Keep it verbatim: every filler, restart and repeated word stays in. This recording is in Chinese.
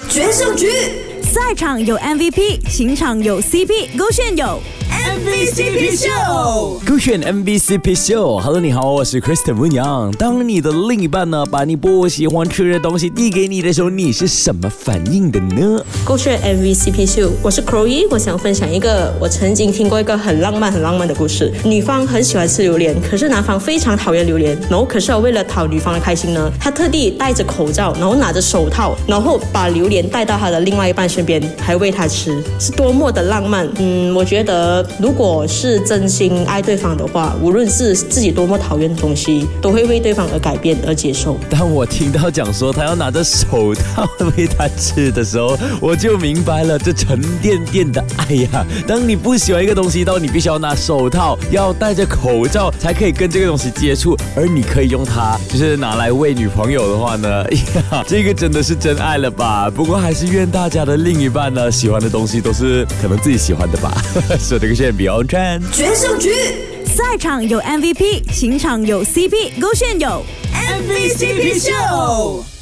决胜局， 赛场有 M V P， 情场有 C P， 勾选有 M V C P Show， 勾选 M V C P Show。Hello， 你好，我是 Kristen 温阳。当你的另一半呢，把你不喜欢吃的东西递给你的时候，你是什么反应的呢？ 勾选 M V C P Show， 我是 Chloe， 我想分享一个我曾经听过一个很浪漫、很浪漫的故事。女方很喜欢吃榴莲，可是男方非常讨厌榴莲。然后，可是为了讨女方的开心呢，他特地戴着口罩，然后拿着手套，然后把榴莲带到他的另外一半身边，还喂他吃，是多么的浪漫。嗯，我觉得如果是真心爱对方的话，无论是自己多么讨厌的东西，都会为对方而改变而接受。 当我听到讲说他要拿着手套喂他吃的时候，我就明白了这沉甸甸的爱呀。当你不喜欢一个东西到你必须要拿手套，要戴着口罩才可以跟这个东西接触，而你可以用它就是拿来喂女朋友的话呢，呀，这个真的是真爱了吧。不过还是愿大家的另一半呢，喜欢的东西都是可能自己喜欢的吧。所以这个是 Beyond Trend 决胜局， 赛场有 M V P， 情场有 C P， 勾选有 M V C P Show。